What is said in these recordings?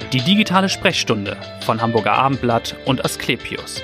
Die digitale Sprechstunde von Hamburger Abendblatt und Asklepios.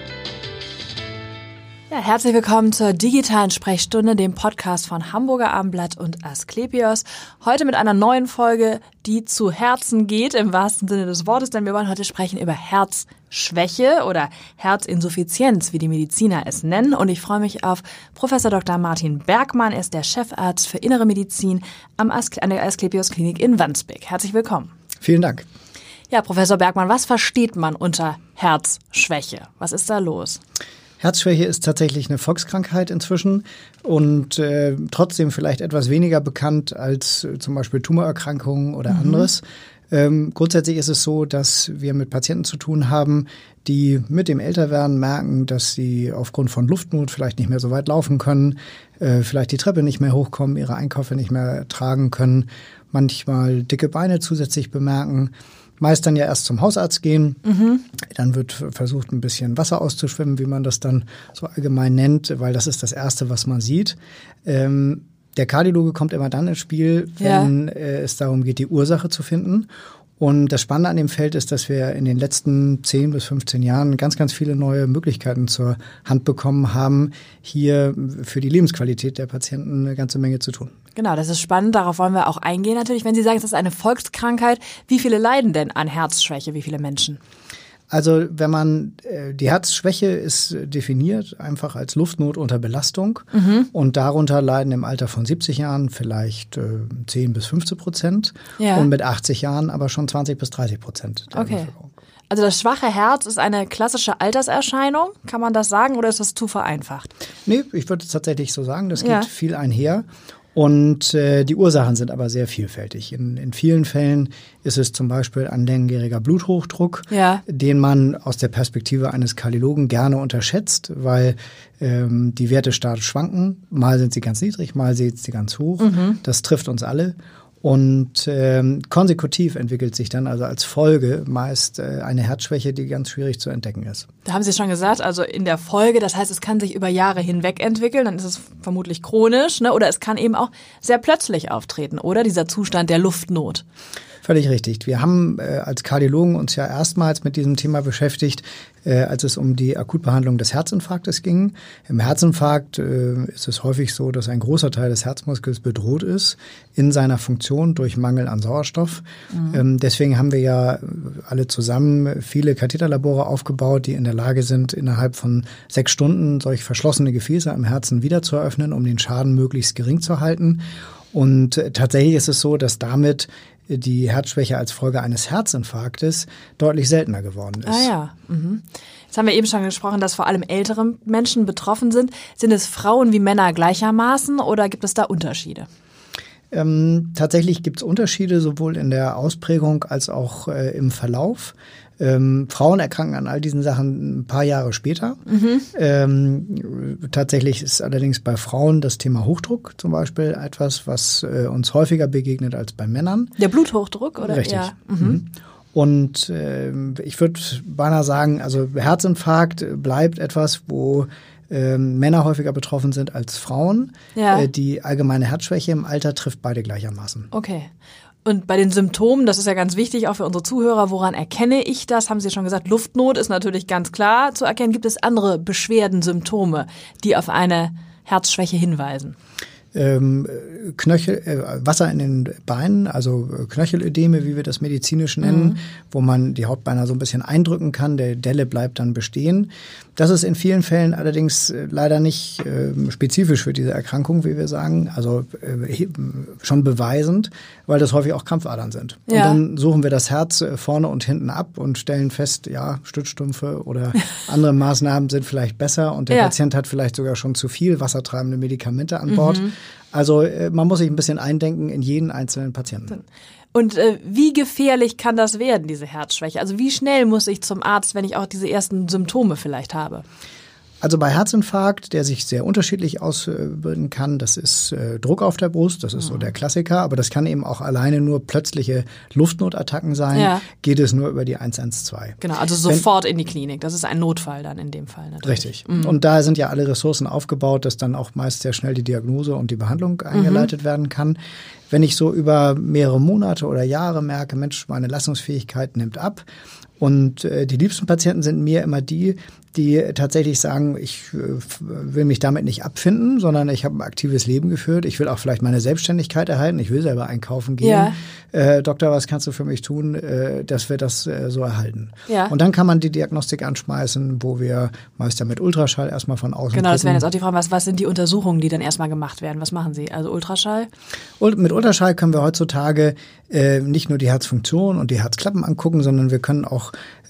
Ja, herzlich willkommen zur digitalen Sprechstunde, dem Podcast von Hamburger Abendblatt und Asklepios. Heute mit einer neuen Folge, die zu Herzen geht, im wahrsten Sinne des Wortes, denn wir wollen heute sprechen über Herzschwäche oder Herzinsuffizienz, wie die Mediziner es nennen. Und ich freue mich auf Professor Dr. Martin Bergmann. Er ist der Chefarzt für Innere Medizin an der Asklepios Klinik in Wandsbek. Herzlich willkommen. Vielen Dank. Ja, Professor Bergmann, was versteht man unter Herzschwäche? Was ist da los? Herzschwäche ist tatsächlich eine Volkskrankheit inzwischen und trotzdem vielleicht etwas weniger bekannt als zum Beispiel Tumorerkrankungen oder anderes. Grundsätzlich ist es so, dass wir mit Patienten zu tun haben, die mit dem Älterwerden merken, dass sie aufgrund von Luftnot vielleicht nicht mehr so weit laufen können, vielleicht die Treppe nicht mehr hochkommen, ihre Einkäufe nicht mehr tragen können, manchmal dicke Beine zusätzlich bemerken. Meist dann ja erst zum Hausarzt gehen. Dann wird versucht, ein bisschen Wasser auszuschwimmen, wie man das dann so allgemein nennt, weil das ist das Erste, was man sieht. Der Kardiologe kommt immer dann ins Spiel, wenn es darum geht, die Ursache zu finden. Und das Spannende an dem Feld ist, dass wir in den letzten 10 bis 15 Jahren ganz, ganz viele neue Möglichkeiten zur Hand bekommen haben, hier für die Lebensqualität der Patienten eine ganze Menge zu tun. Genau, das ist spannend, darauf wollen wir auch eingehen natürlich. Wenn Sie sagen, es ist eine Volkskrankheit, wie viele leiden denn an Herzschwäche, wie viele Menschen? Also wenn man, die Herzschwäche ist definiert einfach als Luftnot unter Belastung und darunter leiden im Alter von 70 Jahren vielleicht 10 bis 15% und mit 80 Jahren aber schon 20 bis 30% der Bevölkerung. Also das schwache Herz ist eine klassische Alterserscheinung, kann man das sagen, oder ist das zu vereinfacht? Nee, ich würde es tatsächlich so sagen, das geht viel einher. Und die Ursachen sind aber sehr vielfältig. In vielen Fällen ist es zum Beispiel ein langjähriger Bluthochdruck, den man aus der Perspektive eines Kardiologen gerne unterschätzt, weil die Werte stark schwanken. Mal sind sie ganz niedrig, mal sind sie ganz hoch. Das trifft uns alle. Und konsekutiv entwickelt sich dann also als Folge meist eine Herzschwäche, die ganz schwierig zu entdecken ist. Da haben Sie schon gesagt, also in der Folge, das heißt, es kann sich über Jahre hinweg entwickeln, dann ist es vermutlich chronisch, ne? Oder es kann eben auch sehr plötzlich auftreten, oder? Dieser Zustand der Luftnot. Völlig richtig. Wir haben als Kardiologen uns ja erstmals mit diesem Thema beschäftigt, als es um die Akutbehandlung des Herzinfarktes ging. Im Herzinfarkt ist es häufig so, dass ein großer Teil des Herzmuskels bedroht ist in seiner Funktion durch Mangel an Sauerstoff. Deswegen haben wir ja alle zusammen viele Katheterlabore aufgebaut, die in der Lage sind, innerhalb von 6 Stunden solch verschlossene Gefäße am Herzen wieder zu eröffnen, um den Schaden möglichst gering zu halten. Und tatsächlich ist es so, dass damit die Herzschwäche als Folge eines Herzinfarktes deutlich seltener geworden ist. Jetzt haben wir eben schon gesprochen, dass vor allem ältere Menschen betroffen sind. Sind es Frauen wie Männer gleichermaßen oder gibt es da Unterschiede? Tatsächlich gibt es Unterschiede sowohl in der Ausprägung als auch im Verlauf. Frauen erkranken an all diesen Sachen ein paar Jahre später. Tatsächlich ist allerdings bei Frauen das Thema Hochdruck zum Beispiel etwas, was uns häufiger begegnet als bei Männern. Der Bluthochdruck, oder? Richtig. Ja. Und ich würde beinahe sagen, also Herzinfarkt bleibt etwas, wo Männer häufiger betroffen sind als Frauen. Die allgemeine Herzschwäche im Alter trifft beide gleichermaßen. Okay. Und bei den Symptomen, das ist ja ganz wichtig, auch für unsere Zuhörer, woran erkenne ich das? Haben Sie schon gesagt, Luftnot ist natürlich ganz klar zu erkennen. Gibt es andere Beschwerden, Symptome, die auf eine Herzschwäche hinweisen? Wasser in den Beinen, also Knöchelödeme, wie wir das medizinisch nennen, wo man die Haut beinahe so ein bisschen eindrücken kann, der Delle bleibt dann bestehen. Das ist in vielen Fällen allerdings leider nicht spezifisch für diese Erkrankung, wie wir sagen, also schon beweisend, weil das häufig auch Krampfadern sind. Und dann suchen wir das Herz vorne und hinten ab und stellen fest, ja, Stützstrümpfe oder andere Maßnahmen sind vielleicht besser und der Patient hat vielleicht sogar schon zu viel wassertreibende Medikamente an Bord. Also man muss sich ein bisschen eindenken in jeden einzelnen Patienten. Und wie gefährlich kann das werden, diese Herzschwäche? Also wie schnell muss ich zum Arzt, wenn ich auch diese ersten Symptome vielleicht habe? Also bei Herzinfarkt, der sich sehr unterschiedlich ausbilden kann, das ist Druck auf der Brust, das ist so der Klassiker, aber das kann eben auch alleine nur plötzliche Luftnotattacken sein, geht es nur über die 112. Genau, also sofort in die Klinik, das ist ein Notfall dann in dem Fall natürlich. Richtig, und da sind ja alle Ressourcen aufgebaut, dass dann auch meist sehr schnell die Diagnose und die Behandlung eingeleitet werden kann. Wenn ich so über mehrere Monate oder Jahre merke, Mensch, meine Leistungsfähigkeit nimmt ab, und die liebsten Patienten sind mir immer die tatsächlich sagen, ich will mich damit nicht abfinden, sondern ich habe ein aktives Leben geführt. Ich will auch vielleicht meine Selbstständigkeit erhalten. Ich will selber einkaufen gehen. Ja. Doktor, was kannst du für mich tun, dass wir das so erhalten? Ja. Und dann kann man die Diagnostik anschmeißen, wo wir meist mit Ultraschall erstmal von außen Genau, das wären jetzt auch die Fragen, was sind die Untersuchungen, die dann erstmal gemacht werden? Was machen Sie? Also Ultraschall? Mit Ultraschall können wir heutzutage nicht nur die Herzfunktion und die Herzklappen angucken, sondern wir können auch,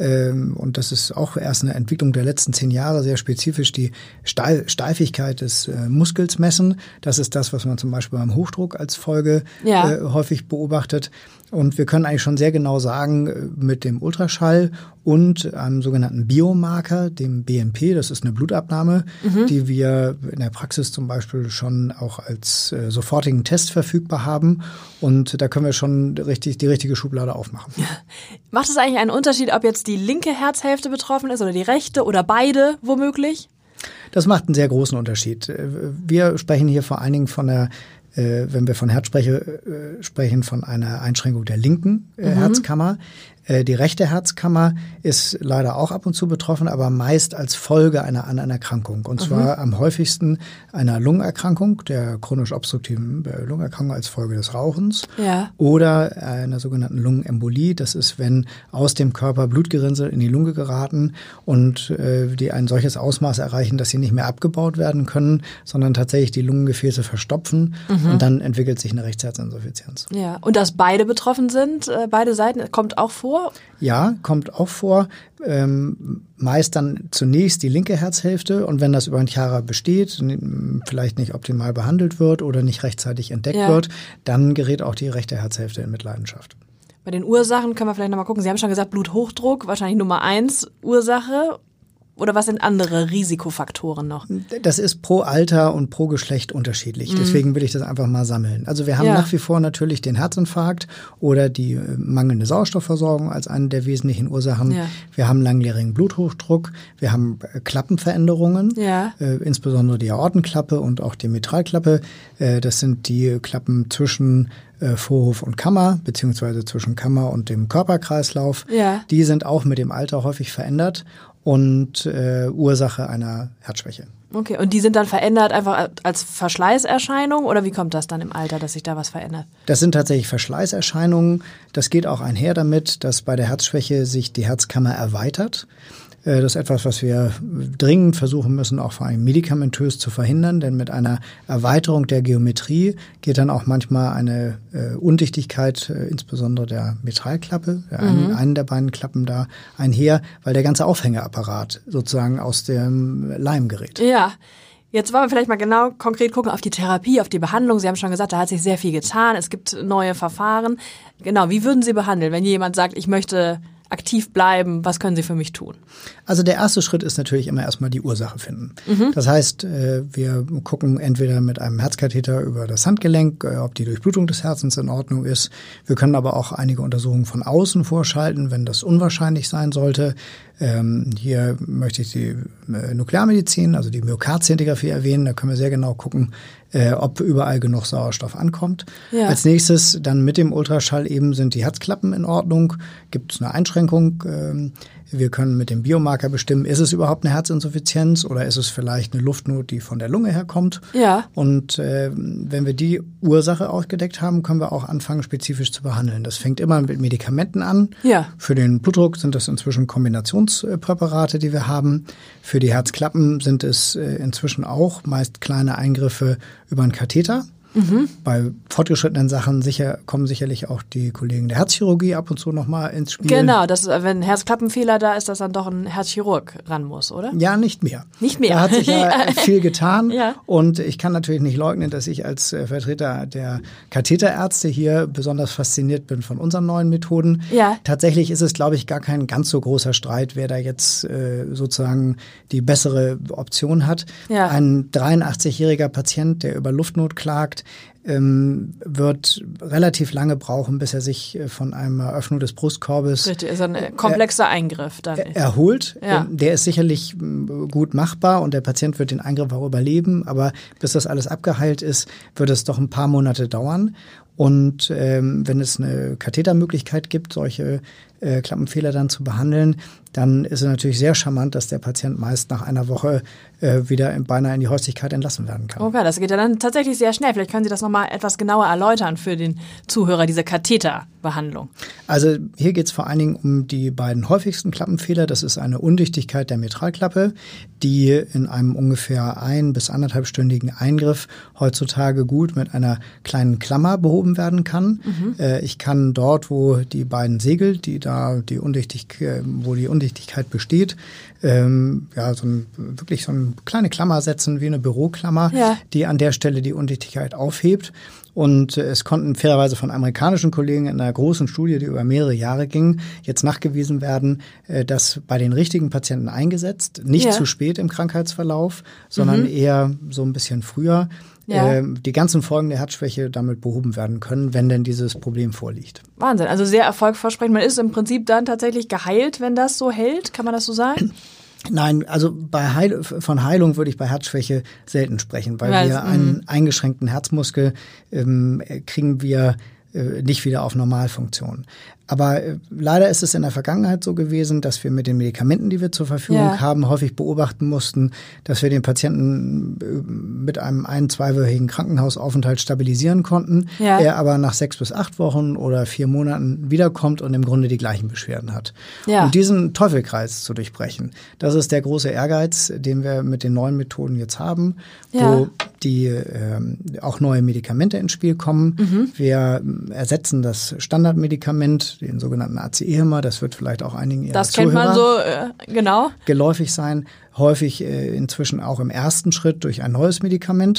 und das ist auch erst eine Entwicklung der letzten 10 Jahre, sehr spezifisch die Steifigkeit des Muskels messen. Das ist das, was man zum Beispiel beim Hochdruck als Folge häufig beobachtet. Und wir können eigentlich schon sehr genau sagen, mit dem Ultraschall und einem sogenannten Biomarker, dem BNP, das ist eine Blutabnahme, die wir in der Praxis zum Beispiel schon auch als sofortigen Test verfügbar haben. Und da können wir schon die richtige Schublade aufmachen. Macht es eigentlich einen Unterschied, ob jetzt die linke Herzhälfte betroffen ist oder die rechte oder beide womöglich? Das macht einen sehr großen Unterschied. Wir sprechen hier vor allen Dingen von der wenn wir von Herz sprechen, von einer Einschränkung der linken Herzkammer. Die rechte Herzkammer ist leider auch ab und zu betroffen, aber meist als Folge einer anderen Erkrankung. Und zwar am häufigsten einer Lungenerkrankung, der chronisch obstruktiven Lungenerkrankung als Folge des Rauchens. Ja. Oder einer sogenannten Lungenembolie. Das ist, wenn aus dem Körper Blutgerinnsel in die Lunge geraten und die ein solches Ausmaß erreichen, dass sie nicht mehr abgebaut werden können, sondern tatsächlich die Lungengefäße verstopfen. Und dann entwickelt sich eine Rechtsherzinsuffizienz. Ja. Und dass beide betroffen sind, beide Seiten, kommt auch vor? Ja, kommt auch vor. Meist dann zunächst die linke Herzhälfte und wenn das über ein Jahre besteht, vielleicht nicht optimal behandelt wird oder nicht rechtzeitig entdeckt wird, dann gerät auch die rechte Herzhälfte in Mitleidenschaft. Bei den Ursachen können wir vielleicht nochmal gucken. Sie haben schon gesagt, Bluthochdruck, wahrscheinlich Nummer 1 Ursache. Oder was sind andere Risikofaktoren noch? Das ist pro Alter und pro Geschlecht unterschiedlich. Deswegen will ich das einfach mal sammeln. Also wir haben nach wie vor natürlich den Herzinfarkt oder die mangelnde Sauerstoffversorgung als eine der wesentlichen Ursachen. Ja. Wir haben langjährigen Bluthochdruck. Wir haben Klappenveränderungen, insbesondere die Aortenklappe und auch die Mitralklappe. Das sind die Klappen zwischen Vorhof und Kammer, beziehungsweise zwischen Kammer und dem Körperkreislauf. Ja. Die sind auch mit dem Alter häufig verändert und Ursache einer Herzschwäche. Okay, und die sind dann verändert einfach als Verschleißerscheinung oder wie kommt das dann im Alter, dass sich da was verändert? Das sind tatsächlich Verschleißerscheinungen. Das geht auch einher damit, dass bei der Herzschwäche sich die Herzkammer erweitert. Das ist etwas, was wir dringend versuchen müssen, auch vor allem medikamentös zu verhindern, denn mit einer Erweiterung der Geometrie geht dann auch manchmal eine Undichtigkeit, insbesondere der Mitralklappe, einen der beiden Klappen da einher, weil der ganze Aufhängeapparat sozusagen aus dem Leim gerät. Ja. Jetzt wollen wir vielleicht mal genau konkret gucken auf die Therapie, auf die Behandlung. Sie haben schon gesagt, da hat sich sehr viel getan. Es gibt neue Verfahren. Genau, wie würden Sie behandeln, wenn jemand sagt, ich möchte aktiv bleiben, was können Sie für mich tun? Also der erste Schritt ist natürlich immer erstmal die Ursache finden. Das heißt, wir gucken entweder mit einem Herzkatheter über das Handgelenk, ob die Durchblutung des Herzens in Ordnung ist. Wir können aber auch einige Untersuchungen von außen vorschalten, wenn das unwahrscheinlich sein sollte. Hier möchte ich die Nuklearmedizin, also die Myokardzintigraphie erwähnen. Da können wir sehr genau gucken, ob überall genug Sauerstoff ankommt. Ja. Als nächstes dann mit dem Ultraschall eben sind die Herzklappen in Ordnung. Gibt es eine Einschränkung? Wir können mit dem Biomarker bestimmen, ist es überhaupt eine Herzinsuffizienz oder ist es vielleicht eine Luftnot, die von der Lunge herkommt? Ja. Und wenn wir die Ursache ausgedeckt haben, können wir auch anfangen, spezifisch zu behandeln. Das fängt immer mit Medikamenten an. Ja. Für den Blutdruck sind das inzwischen Kombinationspräparate, die wir haben. Für die Herzklappen sind es inzwischen auch meist kleine Eingriffe über einen Katheter. Bei fortgeschrittenen Sachen kommen sicherlich auch die Kollegen der Herzchirurgie ab und zu nochmal ins Spiel. Genau, wenn ein Herzklappenfehler da ist, dass dann doch ein Herzchirurg ran muss, oder? Ja, nicht mehr. Nicht mehr. Da hat sich ja viel getan. Ja. Und ich kann natürlich nicht leugnen, dass ich als Vertreter der Katheterärzte hier besonders fasziniert bin von unseren neuen Methoden. Ja. Tatsächlich ist es, glaube ich, gar kein ganz so großer Streit, wer da jetzt sozusagen die bessere Option hat. Ja. Ein 83-jähriger Patient, der über Luftnot klagt, wird relativ lange brauchen, bis er sich von einer Eröffnung des Brustkorbes Richtig, ist ein komplexer Eingriff dann. erholt. Ja. Der ist sicherlich gut machbar und der Patient wird den Eingriff auch überleben, aber bis das alles abgeheilt ist, wird es doch ein paar Monate dauern. Und wenn es eine Kathetermöglichkeit gibt, solche Klappenfehler dann zu behandeln, dann ist es natürlich sehr charmant, dass der Patient meist nach einer Woche wieder beinahe in die Häuslichkeit entlassen werden kann. Okay, das geht ja dann tatsächlich sehr schnell. Vielleicht können Sie das nochmal etwas genauer erläutern für den Zuhörer, diese Katheterbehandlung. Also hier geht es vor allen Dingen um die beiden häufigsten Klappenfehler. Das ist eine Undichtigkeit der Mitralklappe, die in einem ungefähr 1- bis 1,5-stündigen Eingriff heutzutage gut mit einer kleinen Klammer behoben werden kann. Ich kann dort, wo die beiden Segel, wo die Undichtigkeit besteht, wirklich so eine kleine Klammer setzen, wie eine Büroklammer, die an der Stelle die Undichtigkeit aufhebt. Und es konnten fairerweise von amerikanischen Kollegen in einer großen Studie, die über mehrere Jahre ging, jetzt nachgewiesen werden, dass bei den richtigen Patienten eingesetzt, nicht zu spät im Krankheitsverlauf, sondern eher so ein bisschen früher, die ganzen Folgen der Herzschwäche damit behoben werden können, wenn denn dieses Problem vorliegt. Wahnsinn, also sehr erfolgversprechend. Man ist im Prinzip dann tatsächlich geheilt, wenn das so hält. Kann man das so sagen? Nein, also von Heilung würde ich bei Herzschwäche selten sprechen, weil wir einen eingeschränkten Herzmuskel kriegen wir nicht wieder auf Normalfunktion. Aber leider ist es in der Vergangenheit so gewesen, dass wir mit den Medikamenten, die wir zur Verfügung haben, häufig beobachten mussten, dass wir den Patienten mit einem 1-2-wöchigen Krankenhausaufenthalt stabilisieren konnten, er aber nach 6 bis 8 Wochen oder 4 Monaten wiederkommt und im Grunde die gleichen Beschwerden hat. Ja. Und diesen Teufelskreis zu durchbrechen, das ist der große Ehrgeiz, den wir mit den neuen Methoden jetzt haben, wo die auch neue Medikamente ins Spiel kommen. Wir ersetzen das Standardmedikament, den sogenannten ACE-Hämmer, das wird vielleicht auch einigen Ihrer Zuhörer kennt man so, genau. geläufig sein. Häufig inzwischen auch im ersten Schritt durch ein neues Medikament.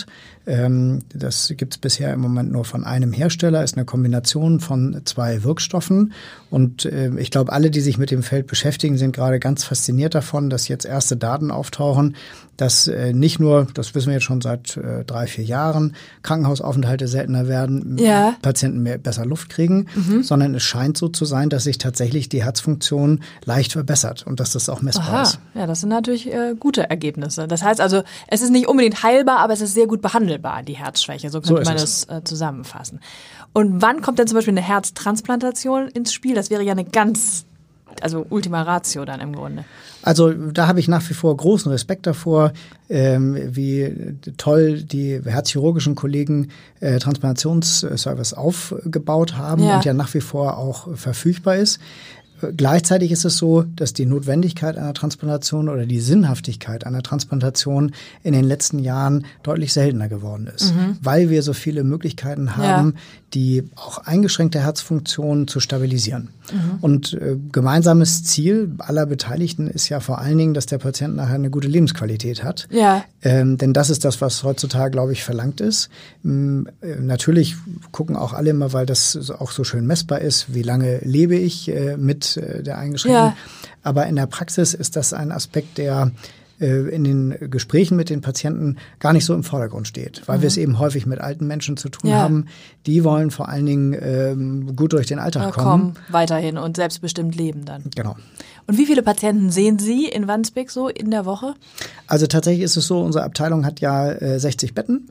Das gibt es bisher im Moment nur von einem Hersteller, ist eine Kombination von 2 Wirkstoffen. Und ich glaube, alle, die sich mit dem Feld beschäftigen, sind gerade ganz fasziniert davon, dass jetzt erste Daten auftauchen, dass nicht nur, das wissen wir jetzt schon seit 3-4 Jahren, Krankenhausaufenthalte seltener werden, Patienten besser Luft kriegen, sondern es scheint so zu sein, dass sich tatsächlich die Herzfunktion leicht verbessert und dass das auch messbar ist. Ja, das sind natürlich gute Ergebnisse. Das heißt also, es ist nicht unbedingt heilbar, aber es ist sehr gut behandelbar, die Herzschwäche. So könnte man das zusammenfassen. Und wann kommt denn zum Beispiel eine Herztransplantation ins Spiel? Das wäre ja eine Ultima Ratio dann im Grunde. Also da habe ich nach wie vor großen Respekt davor, wie toll die herzchirurgischen Kollegen Transplantationsservice aufgebaut haben und ja nach wie vor auch verfügbar ist. Gleichzeitig ist es so, dass die Notwendigkeit einer Transplantation oder die Sinnhaftigkeit einer Transplantation in den letzten Jahren deutlich seltener geworden ist, weil wir so viele Möglichkeiten haben, die auch eingeschränkte Herzfunktion zu stabilisieren. Und gemeinsames Ziel aller Beteiligten ist ja vor allen Dingen, dass der Patient nachher eine gute Lebensqualität hat. Denn das ist das, was heutzutage, glaube ich, verlangt ist. Natürlich gucken auch alle immer, weil das auch so schön messbar ist, wie lange lebe ich mit der eingeschränkten. Aber in der Praxis ist das ein Aspekt, der in den Gesprächen mit den Patienten gar nicht so im Vordergrund steht, weil wir es eben häufig mit alten Menschen zu tun haben. Die wollen vor allen Dingen gut durch den Alltag kommen. Weiterhin und selbstbestimmt leben dann. Genau. Und wie viele Patienten sehen Sie in Wandsbek so in der Woche? Also tatsächlich ist es so, unsere Abteilung hat ja 60 Betten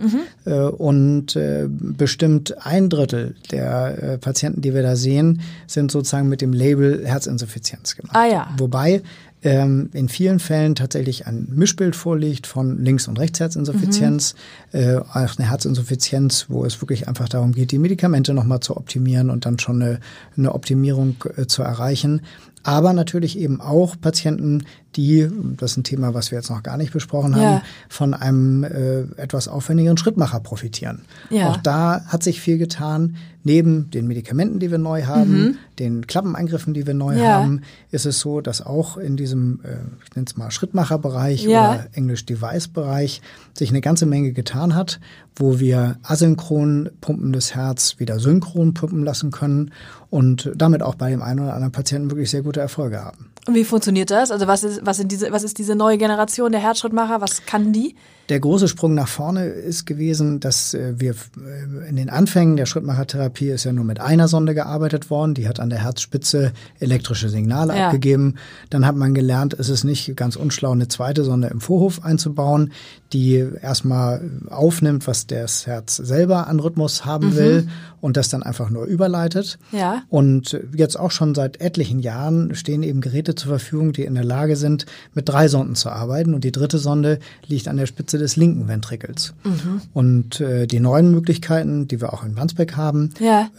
und bestimmt 1/3 der Patienten, die wir da sehen, sind sozusagen mit dem Label Herzinsuffizienz gemacht. Wobei in vielen Fällen tatsächlich ein Mischbild vorliegt von Links- und Rechtsherzinsuffizienz, auch eine Herzinsuffizienz, wo es wirklich einfach darum geht, die Medikamente nochmal zu optimieren und dann schon eine Optimierung zu erreichen. aber natürlich eben auch Patienten, die, das ist ein Thema, was wir jetzt noch gar nicht besprochen haben, von einem etwas aufwendigeren Schrittmacher profitieren. Ja. Auch da hat sich viel getan. Neben den Medikamenten, die wir neu haben, den Klappeneingriffen, die wir neu haben, ist es so, dass auch in diesem, ich nenne es mal Schrittmacherbereich oder Englisch-Device-Bereich sich eine ganze Menge getan hat, wo wir asynchron pumpendes Herz wieder synchron pumpen lassen können und damit auch bei dem einen oder anderen Patienten wirklich sehr gute Erfolge haben. Und wie funktioniert das? Also was ist diese neue Generation der Herzschrittmacher? Was kann die? Der große Sprung nach vorne ist gewesen, dass wir in den Anfängen der Schrittmachertherapie ist ja nur mit einer Sonde gearbeitet worden. Die hat an der Herzspitze elektrische Signale abgegeben. Dann hat man gelernt, es ist nicht ganz unschlau, eine zweite Sonde im Vorhof einzubauen, die erstmal aufnimmt, was das Herz selber an Rhythmus haben will und das dann einfach nur überleitet. Ja. Und jetzt auch schon seit etlichen Jahren stehen eben Geräte zur Verfügung, die in der Lage sind, mit 3 Sonden zu arbeiten. Und die dritte Sonde liegt an der Spitze des linken Ventrikels. Und die neuen Möglichkeiten, die wir auch in Wandsbek haben,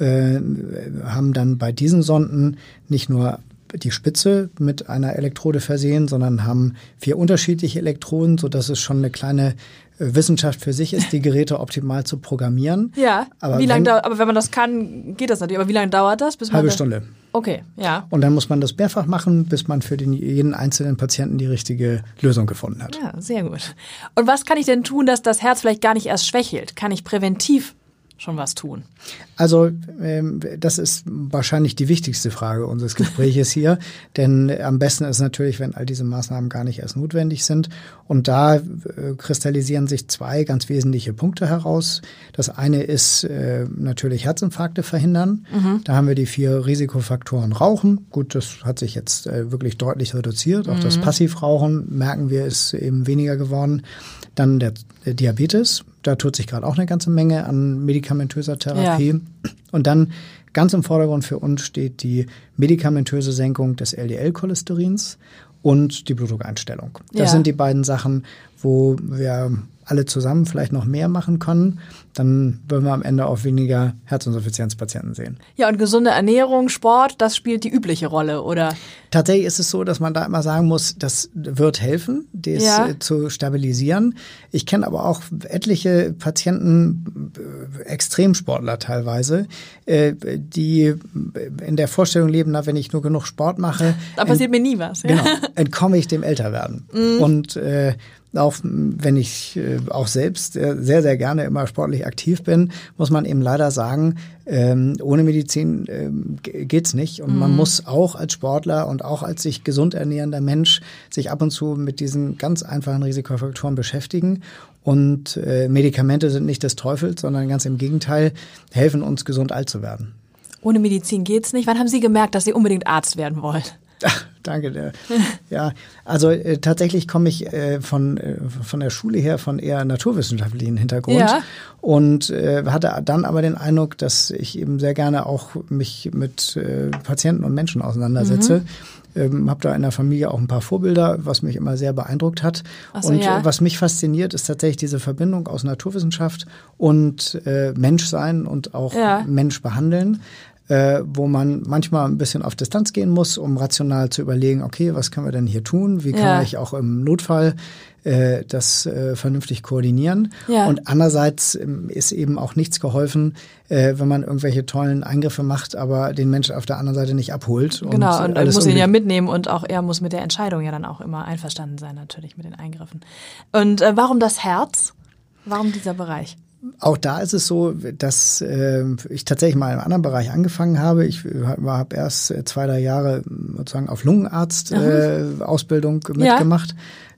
haben dann bei diesen Sonden nicht nur die Spitze mit einer Elektrode versehen, sondern haben 4 unterschiedliche Elektroden, sodass es schon eine kleine Wissenschaft für sich ist, die Geräte optimal zu programmieren. Ja, aber wenn man das kann, geht das natürlich. Aber wie lange dauert das? Bis man halbe Stunde. Okay, ja. Und dann muss man das mehrfach machen, bis man für jeden einzelnen Patienten die richtige Lösung gefunden hat. Ja, sehr gut. Und was kann ich denn tun, dass das Herz vielleicht gar nicht erst schwächelt? Kann ich präventiv schon was tun? Also das ist wahrscheinlich die wichtigste Frage unseres Gespräches hier, denn am besten ist natürlich, wenn all diese Maßnahmen gar nicht erst notwendig sind. Und da kristallisieren sich 2 ganz wesentliche Punkte heraus. Das eine ist natürlich Herzinfarkte verhindern. Da haben wir die 4 Risikofaktoren Rauchen. Gut, das hat sich jetzt wirklich deutlich reduziert. Auch das Passivrauchen, merken wir, ist eben weniger geworden. Dann der Diabetes, da tut sich gerade auch eine ganze Menge an medikamentöser Therapie. Ja. Und dann ganz im Vordergrund für uns steht die medikamentöse Senkung des LDL-Cholesterins und die Blutdruckeinstellung. Das sind die beiden Sachen, wo wir alle zusammen vielleicht noch mehr machen können, dann würden wir am Ende auch weniger Herzinsuffizienzpatienten sehen. Ja, und gesunde Ernährung, Sport, das spielt die übliche Rolle, oder? Tatsächlich ist es so, dass man da immer sagen muss, das wird helfen, das zu stabilisieren. Ich kenne aber auch etliche Patienten, Extremsportler teilweise, die in der Vorstellung leben, wenn ich nur genug Sport mache, da passiert mir nie was. Ja. Genau, entkomme ich dem Älterwerden. Und auch wenn ich auch selbst sehr, sehr gerne immer sportlich aktiv bin, muss man eben leider sagen, ohne Medizin geht's nicht. Und man muss auch als Sportler und auch als sich gesund ernährender Mensch sich ab und zu mit diesen ganz einfachen Risikofaktoren beschäftigen. Und Medikamente sind nicht des Teufels, sondern ganz im Gegenteil, helfen uns, gesund alt zu werden. Ohne Medizin geht's nicht. Wann haben Sie gemerkt, dass Sie unbedingt Arzt werden wollen? Ach, danke. Ja, also tatsächlich komme ich von der Schule her von eher naturwissenschaftlichen Hintergrund und hatte dann aber den Eindruck, dass ich eben sehr gerne auch mich mit Patienten und Menschen auseinandersetze. Habe da in der Familie auch ein paar Vorbilder, was mich immer sehr beeindruckt hat. Was mich fasziniert, ist tatsächlich diese Verbindung aus Naturwissenschaft und Menschsein und auch Mensch behandeln. Wo man manchmal ein bisschen auf Distanz gehen muss, um rational zu überlegen, okay, was können wir denn hier tun? Wie kann ich auch im Notfall das vernünftig koordinieren? Ja. Und andererseits ist eben auch nichts geholfen, wenn man irgendwelche tollen Eingriffe macht, aber den Menschen auf der anderen Seite nicht abholt. Genau, und muss ihn ja mitnehmen und auch er muss mit der Entscheidung ja dann auch immer einverstanden sein, natürlich mit den Eingriffen. Und warum das Herz? Warum dieser Bereich? Auch da ist es so, dass ich tatsächlich mal in einem anderen Bereich angefangen habe. Ich habe erst 2-3 Jahre sozusagen auf Lungenarzt Ausbildung mitgemacht.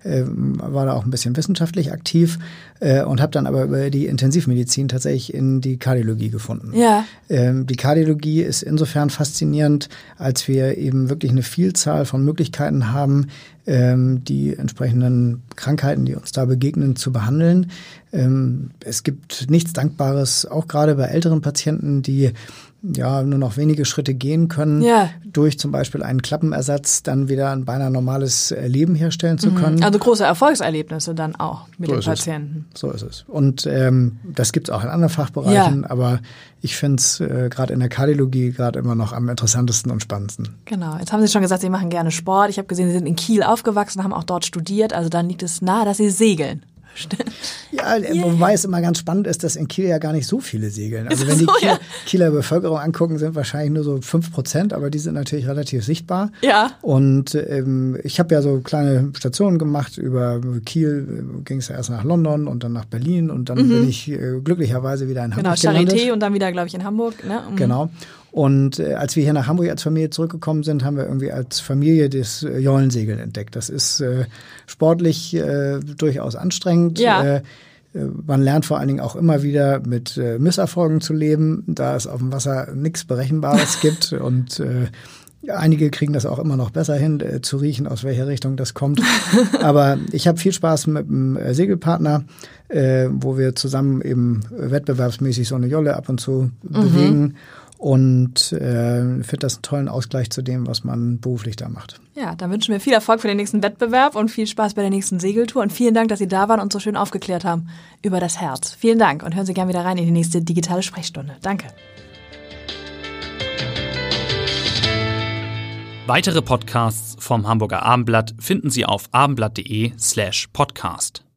War da auch ein bisschen wissenschaftlich aktiv und habe dann aber über die Intensivmedizin tatsächlich in die Kardiologie gefunden. Ja. Die Kardiologie ist insofern faszinierend, als wir eben wirklich eine Vielzahl von Möglichkeiten haben, die entsprechenden Krankheiten, die uns da begegnen, zu behandeln. Es gibt nichts Dankbares, auch gerade bei älteren Patienten, die nur noch wenige Schritte gehen können, durch zum Beispiel einen Klappenersatz dann wieder ein beinahe normales Leben herstellen zu können. Also große Erfolgserlebnisse dann auch mit den Patienten. So ist es. Und das gibt es auch in anderen Fachbereichen, aber ich finde es gerade in der Kardiologie gerade immer noch am interessantesten und spannendsten. Genau. Jetzt haben Sie schon gesagt, Sie machen gerne Sport. Ich habe gesehen, Sie sind in Kiel aufgewachsen, haben auch dort studiert. Also dann liegt es nahe, dass Sie segeln. Ja, wobei es immer ganz spannend ist, dass in Kiel ja gar nicht so viele segeln. Also wenn die Kieler Bevölkerung angucken, sind wahrscheinlich nur so 5%, aber die sind natürlich relativ sichtbar. Ja. Und ich habe ja so kleine Stationen gemacht. Über Kiel ging es ja erst nach London und dann nach Berlin und dann bin ich glücklicherweise wieder in Hamburg gelandet. Charité und dann wieder, glaube ich, in Hamburg. Ne? Genau. Und als wir hier nach Hamburg als Familie zurückgekommen sind, haben wir irgendwie als Familie das Jollensegeln entdeckt. Das ist sportlich durchaus anstrengend. Ja. Man lernt vor allen Dingen auch immer wieder mit Misserfolgen zu leben, da es auf dem Wasser nichts Berechenbares gibt und einige kriegen das auch immer noch besser hin, zu riechen, aus welcher Richtung das kommt. Aber ich habe viel Spaß mit einem Segelpartner, wo wir zusammen eben wettbewerbsmäßig so eine Jolle ab und zu bewegen. Und finde das einen tollen Ausgleich zu dem, was man beruflich da macht. Ja, dann wünschen wir viel Erfolg für den nächsten Wettbewerb und viel Spaß bei der nächsten Segeltour. Und vielen Dank, dass Sie da waren und so schön aufgeklärt haben über das Herz. Vielen Dank und hören Sie gerne wieder rein in die nächste digitale Sprechstunde. Danke. Weitere Podcasts vom Hamburger Abendblatt finden Sie auf abendblatt.de/podcast.